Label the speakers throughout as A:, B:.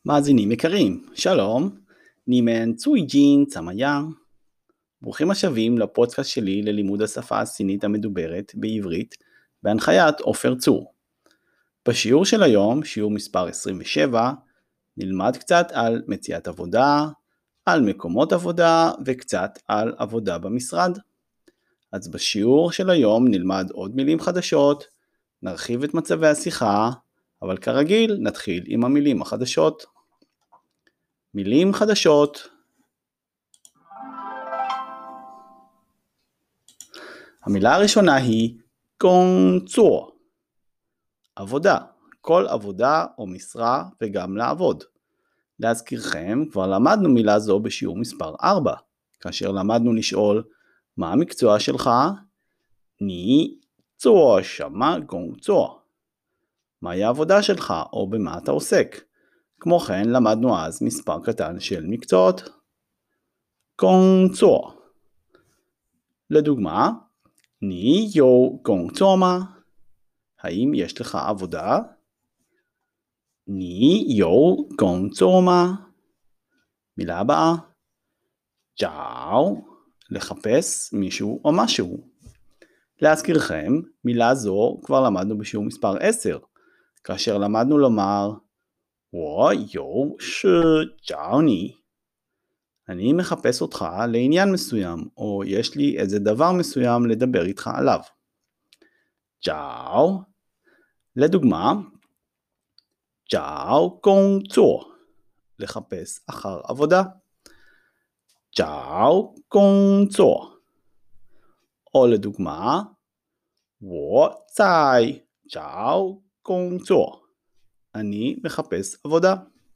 A: מאזינים יקרים, שלום, נימן צוי ג'ין צמיה. ברוכים השבים לפודקאסט שלי ללימוד השפה הסינית המדוברת בעברית, בהנחיית עופר צור. בשיעור של היום, שיעור מספר 27, נלמד קצת על מציאת עבודה, על מקומות עבודה וקצת על עבודה במשרד. אז בשיעור של היום נלמד עוד מילים חדשות, נרחיב את מצבי השיחה, אבל כרגיל נתחיל עם המילים החדשות. מילים חדשות. המילה הראשונה היא גונגצור. עבודה. כל עבודה או משרה וגם לעבוד. להזכירכם, כבר למדנו מילה זו בשיעור מספר 4, כאשר למדנו לשאול מה המקצוע שלך? ני צור שמה גונגצור. מהי העבודה שלך או במה אתה עוסק? כמו כן למדנו אז מספר קטן של מקצועות. גונגצור. לדוגמה, ני יו גונגצור מה? האם יש לך עבודה? ני יו גונגצור מה? מילה הבאה. ג'או, לחפש מישהו או משהו. להזכירכם, מילה זו כבר למדנו בשיעור מספר 10, כאשר למדנו לומר 我有事找你. אני מחפש אותך לעניין מסוים, או יש לי איזה דבר מסוים לדבר איתך עליו. ג'או, לדוגמה, ג'או גונגצור, לחפש אחר עבודה. ג'או גונגצור. או לדוגמה, 我在找工作. אני מחפש עבודה.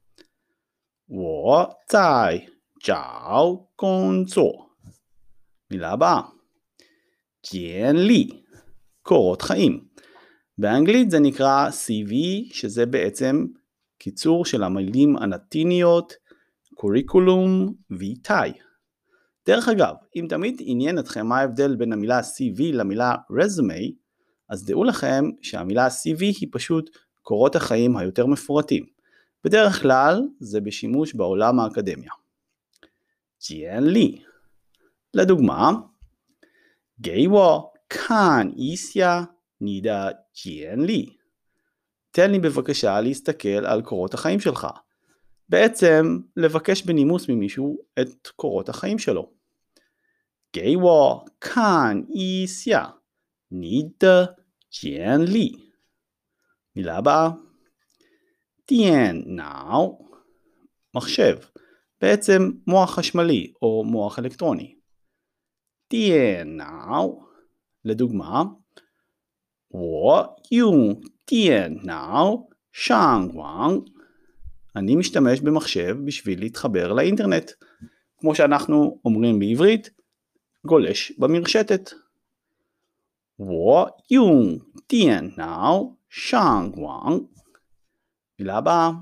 A: 我在找工作. מילה הבאה. 简历, קורות חיים. באנגלית זה נקרא CV, שזה בעצם קיצור של המילים הלטיניות קוריקולום ויטאי. דרך אגב, אם תמיד עניין אתכם מה ההבדל בין המילה CV למילה resume, אז דעו לכם שהמילה CV היא פשוט קורות החיים היותר מפורטים. בדרך כלל זה בשימוש בעולם האקדמיה. 简历. לדוגמה, 给我看一下你的简历. תן לי בבקשה להסתכל על קורות החיים שלך. בעצם לבקש בנימוס ממישהו את קורות החיים שלו. 给我看一下你的简历. מילה הבאה. 电脑, מחשב, בעצם מוח חשמלי או מוח אלקטרוני. 电脑. לדוגמה, 我用电脑上网. אני משתמש במחשב בשביל להתחבר לאינטרנט. כמו שאנחנו אומרים בעברית, גולש במרשתת. 我用电脑上网. מילה הבאה.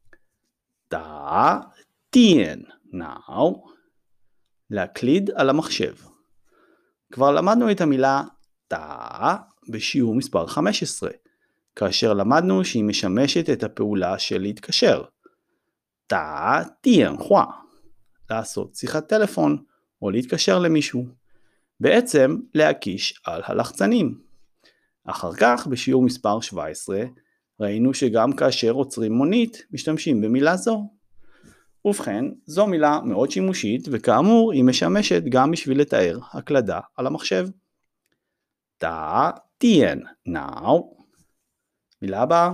A: 打电脑. להקליד על המחשב. כבר למדנו את המילה 打 בשיעור מספר 15, כאשר למדנו שהיא משמשת את הפעולה של להתקשר. 打电话, לעשות שיחת טלפון או להתקשר למישהו. בעצם להקיש על הלחצנים. אחר כך בשיעור מספר 17 ראינו שגם כאשר עוצרים מונית משתמשים במילה זו. ובכן, זו מילה מאוד שימושית וכאמור היא משמשת גם בשביל לתאר הקלדה על המחשב. 打电脑. מילה הבאה.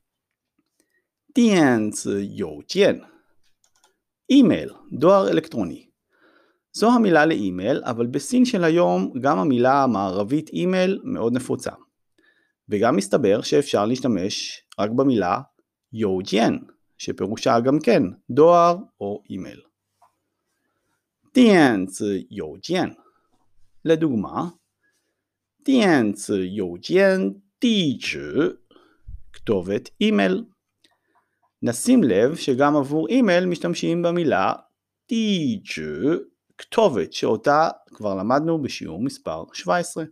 A: 电子邮件. אימייל, דואר אלקטרוני. זו המילה לאימייל, אבל בסין של היום גם המילה המערבית אימייל מאוד נפוצה. וגם מסתבר שאפשר להשתמש רק במילה יוג'ן, שפירושה גם כן דואר או אימייל. 电子邮件. לדוגמה, 电子邮件地址, כתובת אימייל. נשים לב שגם עבור אימייל משתמשים במילה 地址, כתובת שאותה כבר למדנו בשיעור מספר 17.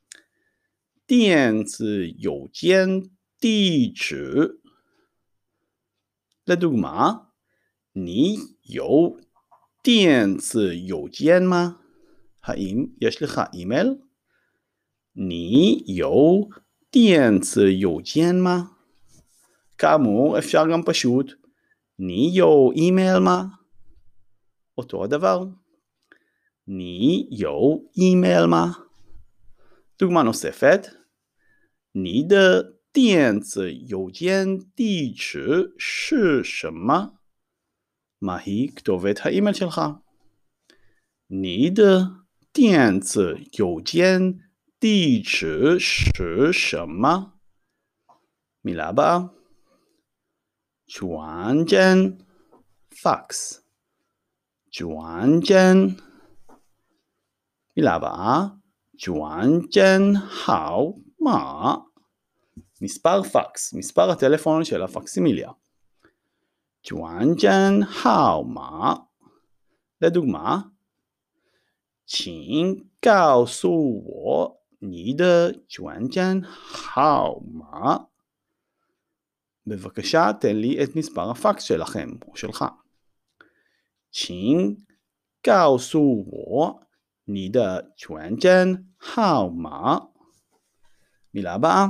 A: 电子邮件地址. לדוגמה, 你有电子邮件吗? האם יש לך אימייל? 你有电子邮件吗? כאמור, אפשר גם פשוט, 你有אימייל吗? אותו הדבר. 你有אימייל吗? דוגמה נוספת, 你的电子邮件地址是什么? מהי כתובת האימייל שלך? 你的电子邮件地址是什么? מילה הבאה, 传真 fax, 传真. מילה הבאה, 传真号码, מספר פקס, מספר הטלפון של הפקסימיליה. 传真号码, לדוגמה, 请告诉我你的传真号码. בבקשה תן לי את מספר הפקס שלכם או שלך. 请告诉我你的传真号码. מילה הבאה,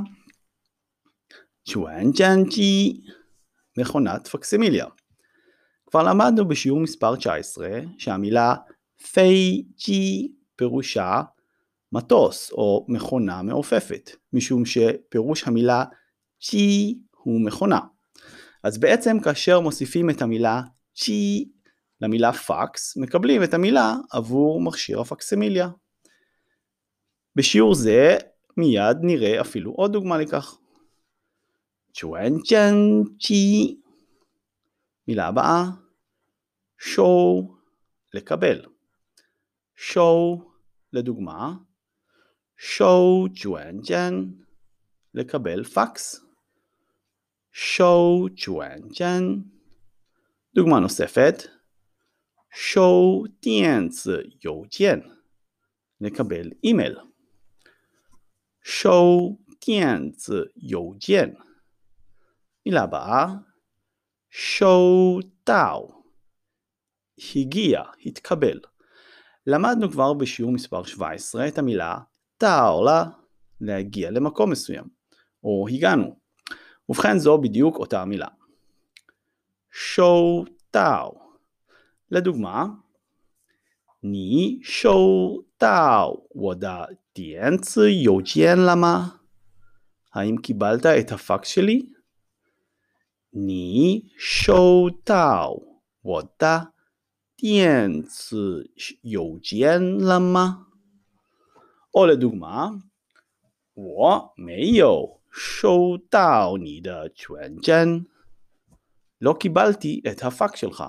A: 传真机, מכונת פקסימיליה. כבר למדנו בשיעור מספר 19 שהמילה פייג'י פירושה מטוס או מכונה מעופפת, משום שפירוש המילה ג'י הוא מכונה. אז בעצם כאשר מוסיפים את המילה ג'י למילה פקס, מקבלים את המילה עבור מכשיר הפקסימיליה. בשיעור זה מיד נראה אפילו עוד דוגמה לכך. 传真机. מילה הבאה, 收, לקבל. 收, לדוגמה, 收传真, לקבל פקס. 收传真. דוגמה נוספת, 收电子邮件, לקבל אימייל. 收电子邮件. מילה הבאה, 收到, הגיע, התקבל. למדנו כבר בשיעור מספר 17 את המילה תאולה, להגיע למקום מסוים, או הגענו. ובכן זו בדיוק אותה המילה. 收到. לדוגמה, 你收到我的电子邮件了吗? האם קיבלת את הפקס שלי? 你收到我的电子邮件了吗? או לדוגמה, 我没有收到你的传真. לא קיבלתי את הפקס שלך.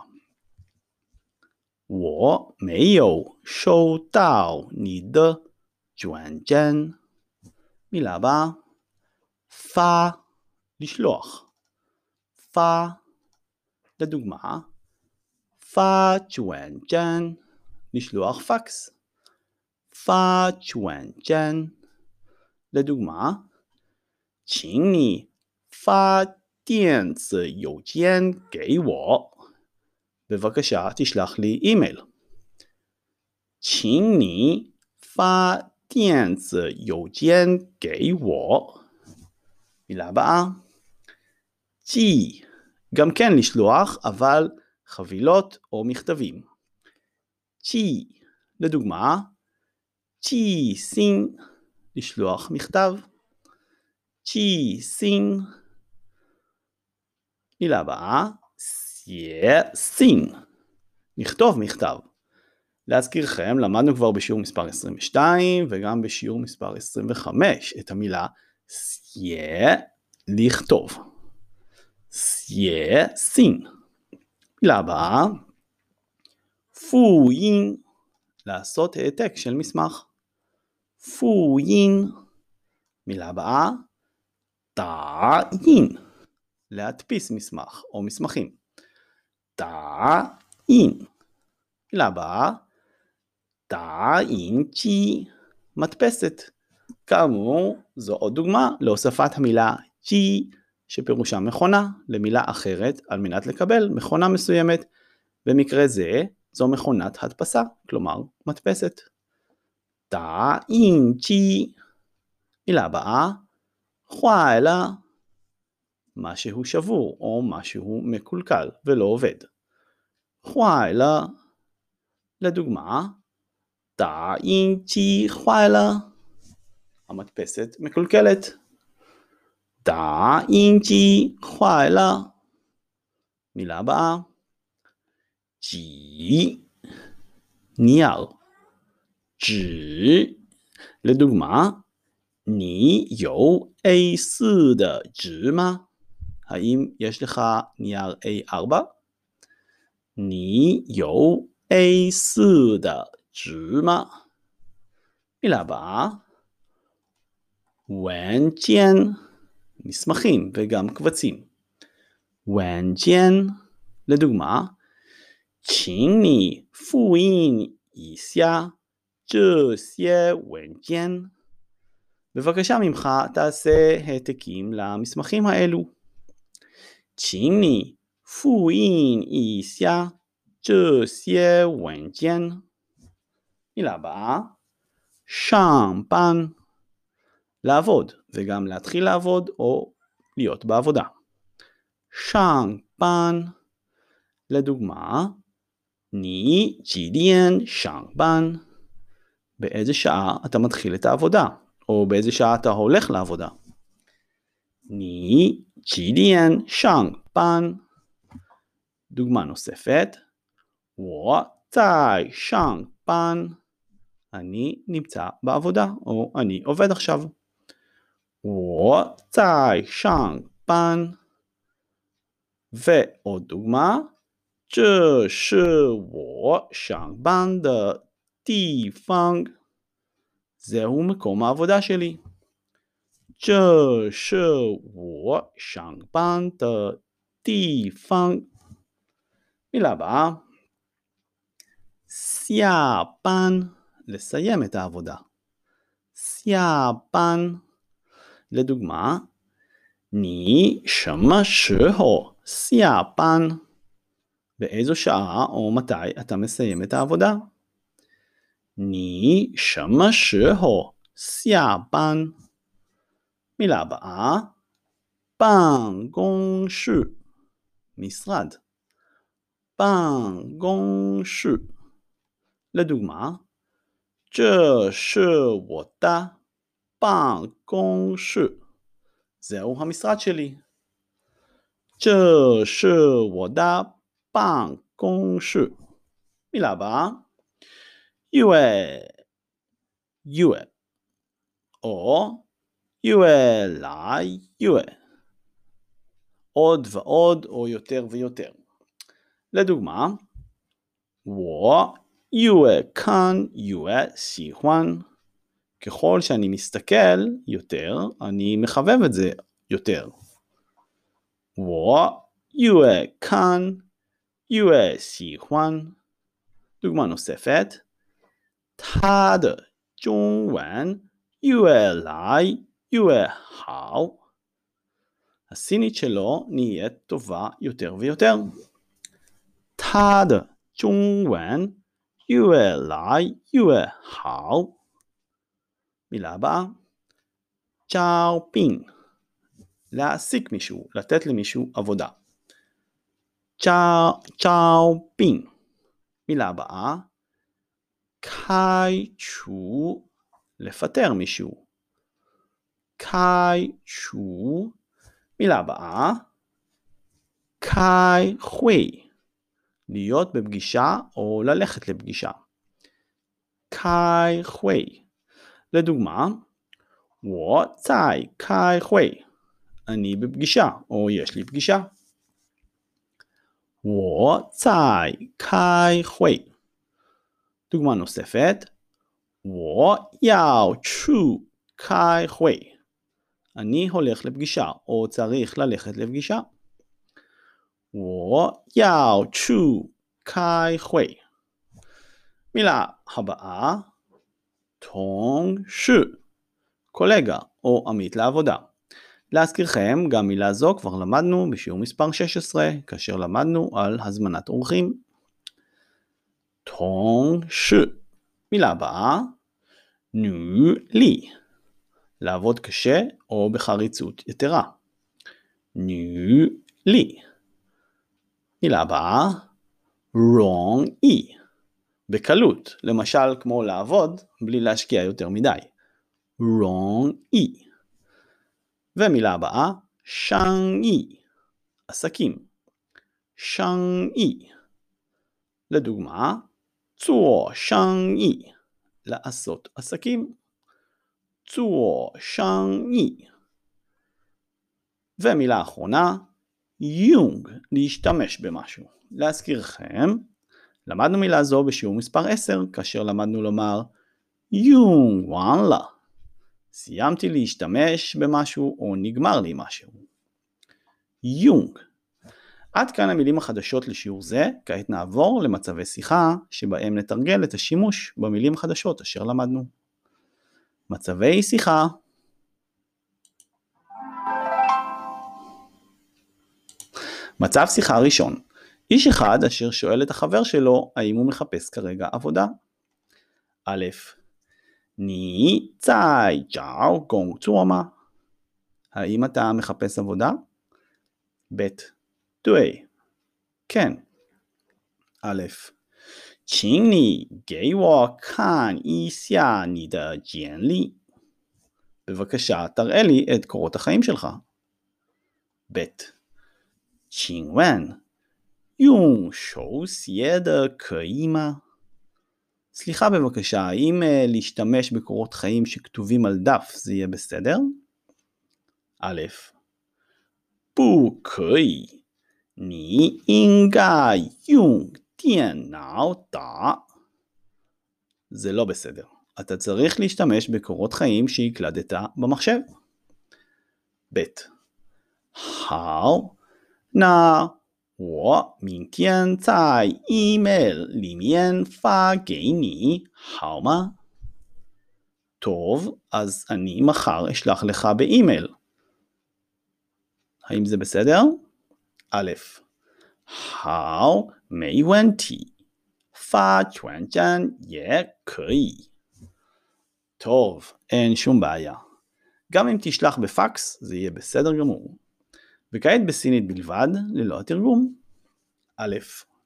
A: 我没有收到你的传真. מילה הבאה, 发, לשלוח. 发, לדוגמה, 发传真, לשלוח פקס. 发传真. לדוגמה, 请你发电子邮件给我. בבקשה תשלח לי אימייל. 请你发电子邮件给我. מילה הבאה, 寄, גם כן לשלוח, אבל חבילות או מכתבים. 寄, לדוגמה, 寄信, לשלוח מכתב. 寄信. מילה הבאה, 写信, לכתוב מכתב. להזכירכם, למדנו כבר בשיעור מספר 22 וגם בשיעור מספר 25 את המילה 写, לכתוב. 写信. מילה הבאה, 复印, לעשות העתק של מסמך. 复印. מילה הבאה, 打印, להדפיס מסמך או מסמכים. 打印. מילה הבאה, 打印机, מדפסת. כאמור, זו עוד דוגמה להוספת המילה ג'י, שפירושה מכונה, למילה אחרת, על מנת לקבל מכונה מסוימת במקרה זה, זו מכונת הדפסה, כלומר מדפסת. דא אין ג'י. מילה הבאה, חואלה. משהו שבור או משהו מקולקל ולא עובד. חואלה. לדוגמה, דא אין ג'י חואלה. המדפסת מקולקלת. דא אין ג'י חואלה. מילה הבאה, ג'י. נייר. ג'י. לדוגמה, 你有 A4 的纸吗? האם יש לך נייר A4? 你有 A4 的纸吗? מילה הבאה, 文件, מסמכים וגם קבצים. 文件, לדוגמה, 请你复印一下这些文件. בבקשה ממך תעשה העתקים למסמכים האלו. 请你复印一下这些文件. מילה הבאה, 上班. לעבוד וגם להתחיל לעבוד או להיות בעבודה. 上班. לדוגמה, 你几点上班? באיזה שעה אתה מתחיל את העבודה, או באיזה שעה אתה הולך לעבודה. 你几点上班? דוגמה נוספת, 我在上班. אני נמצא בעבודה, או אני עובד עכשיו. 我在上班. ועוד דוגמה, 这是我上班的地方. זהו מקום העבודה שלי. 这是我上班的地方. מילה הבאה, 下班. לסיים את העבודה. 下班. לדוגמה, 你什么时候下班? באיזו שעה או מתי אתה מסיים את העבודה? 你什么时候下班? מילה הבאה, 办公室. משרד. 办公室. לדוגמה, 这是我的办公室. זהו המשרד שלי. 这是我的办公室. מילה הבאה, 越או 越来越. עוד ועוד או יותר ויותר. לדוגמה, 我越看越喜欢. ככל שאני מסתכל יותר, אני מחבב את זה יותר. 我越看越喜欢. דוגמה נוספת, 他的中文越来越好. הסינית שלו נהיית טובה יותר ויותר. 他的中文越来越好. מילה הבאה, 招聘. להעסיק מישהו, לתת למישהו עבודה. 招聘. מילה הבאה, 开除. לפטר מישהו. 开除. מילה הבאה, 开会. להיות בפגישה או ללכת לפגישה. 开会. לדוגמה, 我在开会. אני בפגישה או יש לי פגישה. 我在开会. דוגמה נוספת, 我要去开会. אני הולך לפגישה או צריך ללכת לפגישה. 我要去开会. מילה הבאה, 同事. קולגה או עמית לעבודה. להזכירכם, גם מילה זו כבר למדנו בשיעור מספר 16, כאשר למדנו על הזמנת אורחים. 同事. מילה הבאה, 努力. לעבוד קשה או בחריצות יתרה. 努力. מילה הבאה, 容易. בקלות, למשל כמו לעבוד בלי להשקיע יותר מדי. 容易. ומילה הבאה, 生意. עסקים. 生意. לדוגמה, 做生意. לעשות עסקים. 做生意. ומילה אחרונה, 用. להשתמש במשהו. להזכירכם, למדנו מילה זו בשיעור מספר 10, כאשר למדנו לומר 用完了. סיימתי להשתמש במשהו או נגמר לי משהו. 用. עד כאן המילים החדשות לשיעור זה, כעת נעבור למצבי שיחה שבהם נתרגל את השימוש במילים החדשות אשר למדנו. מצבי שיחה. מצב שיחה ראשון. איש אחד אשר שואל את החבר שלו האם הוא מחפש כרגע עבודה. א', 你在找工作吗? האם אתה מחפש עבודה? ב', 对, כן. א', 请你给我看一下你的简历. בבקשה, תראה לי את קורות החיים שלך. ב', 请问用手写的可以吗? סליחה בבקשה, האם להשתמש בקורות חיים שכתובים על דף זה יהיה בסדר? א', 不可以，你应该用电脑打. זה לא בסדר. אתה צריך להשתמש בקורות חיים שהקלדת במחשב. ב', 好，那我明天在 email 里面发给你好吗? טוב, אז אני מחר אשלח לך באימייל. האם זה בסדר? א', 好，没问题，发传真也可以. טוב, אין שום בעיה. גם אם תשלח בפקס זה יהיה בסדר גמור. וכעת בסינית בלבד, ללא התרגום. א',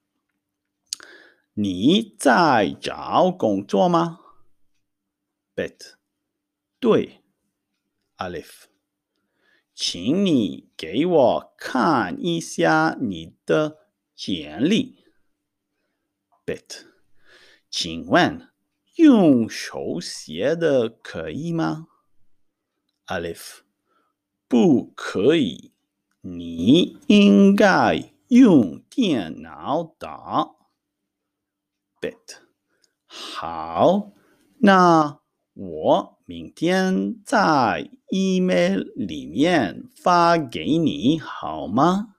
A: 你在找工作吗? ב', 对. א', 请你给我看一下你的简历. ב', 请问用手写的可以吗? א', 不可以，你应该用电脑打. bit. 好，那我明天在 email 里面发给你好吗？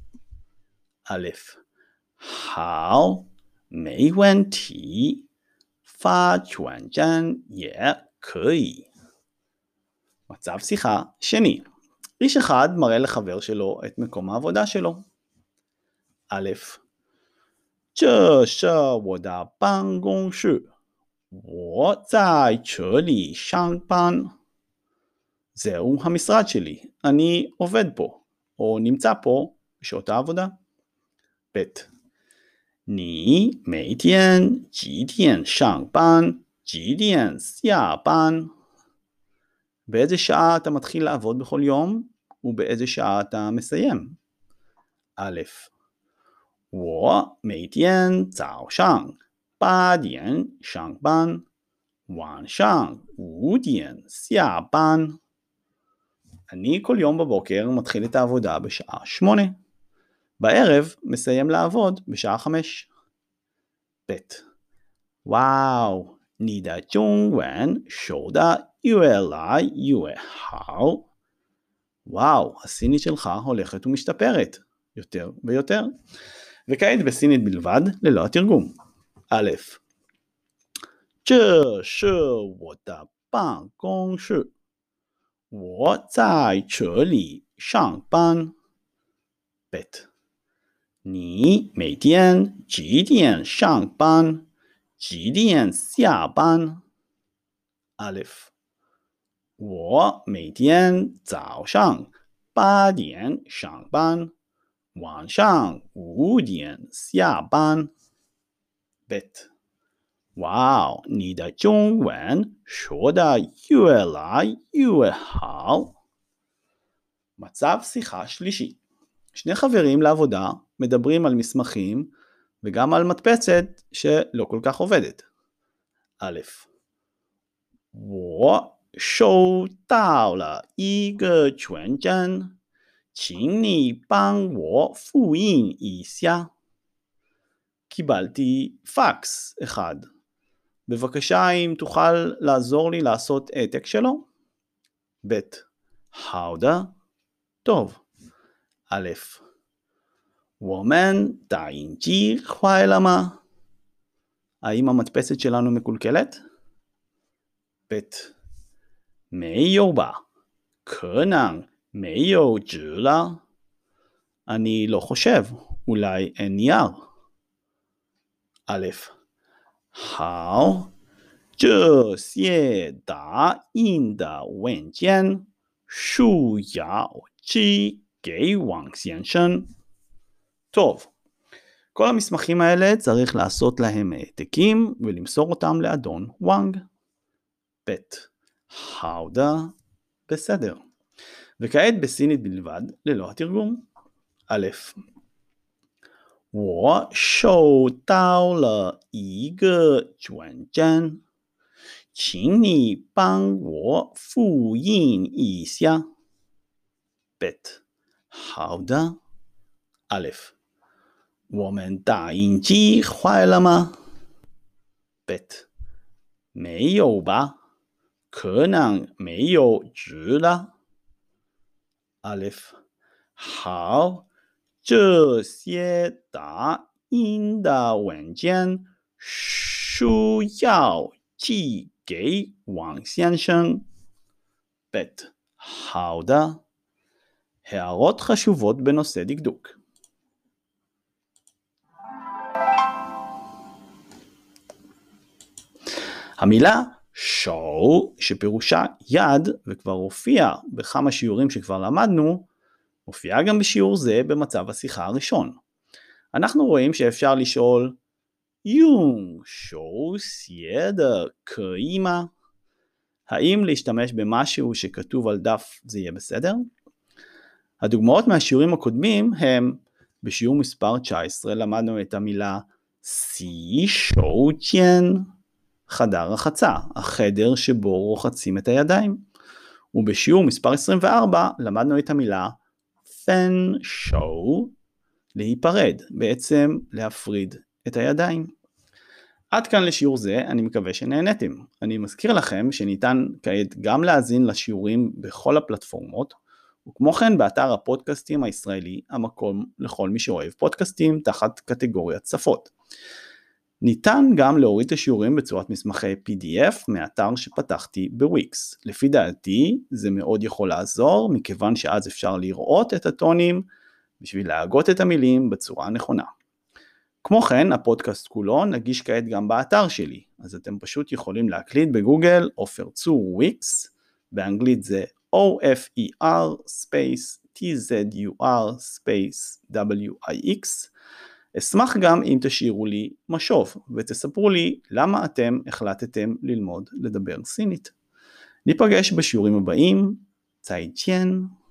A: ألف. 好，没问题，发传真也可以. מצב שיחה שני. איש אחד מראה לחבר שלו את מקום העבודה שלו. א', 这是我的办公室，我在这里上班. זהו המשרד שלי, אני עובד פה, או נמצא פה בשעות העבודה. ב', 你每天几点上班，几点下班? באיזה שעה אתה מתחיל לעבוד בכל יום, ובאיזה שעה אתה מסיים? א', 我每天早上8点上班，晚上5点下班. אני כל יום בבוקר מתחיל את העבודה בשעה 8. בערב מסיים לעבוד בשעה 5. ב', 哇，你的中文说得越来越好. וואו, הסינית שלך הולכת ומשתפרת יותר ויותר. וכעת בסינית בלבד ללא התרגום. א', 这是我的办公室，我在这里上班. bit. 你每天几点上班， 几点下班？ א', 我每天早上8点上班，晚上5点下班。 ב', 哇哦，你的中文说得越来越好. מצב שיחה שלישי. שני חברים לעבודה מדברים על מסמכים וגם על מדפסת שלא כל כך עובדת. א', 我收到了一个传真，请你帮我复印一下. קיבלתי פקס אחד. בבקשה אם תוכל לעזור לי לעשות העתק שלו. ב', 好的, טוב. א', 我们打印机坏了吗? האם המדפסת שלנו מקולקלת? ב', 没有吧，可能没有纸了. אני לא חושב, אולי אין נייר. א', 好，这些打印的文件需要寄给王先生. טוב, כל המסמכים האלה צריך לעשות להם העתקים ולמסור אותם לאדון וואנג. ב', 好的, בסדר. וכעת בסינית בלבד ללא התרגום. א', 我收到了一个传真，请你帮我复印一下. ב', 好的. א', 我们打印机坏了吗? ב', 没有吧，可能没有纸了. א', 好，这些打印的文件需要寄给王先生. ב', 好的. הערות חשובות בנושא דקדוק. המילה שואו, שפירושה יד, וכבר הופיע בכמה שיעורים שכבר למדנו, מופיעה גם בשיעור זה במצב השיחה הראשון. אנחנו רואים שאפשר לשאול, 用手写的可以吗? האם להשתמש במשהו שכתוב על דף זה יהיה בסדר? הדוגמאות מהשיעורים הקודמים הם, בשיעור מספר 19 למדנו את המילה 洗手间, חדר רחצה, החדר שבו רוחצים את הידיים. ובשיעור מספר 24 למדנו את המילה 分手, להיפרד, בעצם להפריד את הידיים. עד כאן לשיעור זה, אני מקווה שנהנתם. אני מזכיר לכם שניתן כעת גם להאזין לשיעורים בכל הפלטפורמות, וכמו כן באתר הפודקאסטים הישראלי, המקום לכל מי שאוהב פודקאסטים תחת קטגוריית שפות. ניתן גם להוריד את השיעורים בצורת מסמכי PDF מאתר שפתחתי בוויקס. לפי דעתי זה מאוד יכול לעזור, מכיוון שאז אפשר לראות את הטונים בשביל להגות את המילים בצורה הנכונה. כמו כן, הפודקאסט כולו נגיש כעת גם באתר שלי, אז אתם פשוט יכולים להקליד בגוגל עופר צור וויקס, באנגלית זה OFER space TZUR space WIX. אשמח גם אם תשאירו לי משוב ותספרו לי למה אתם החלטתם ללמוד לדבר סינית. ניפגש בשיעורים הבאים. צאי צ'יין.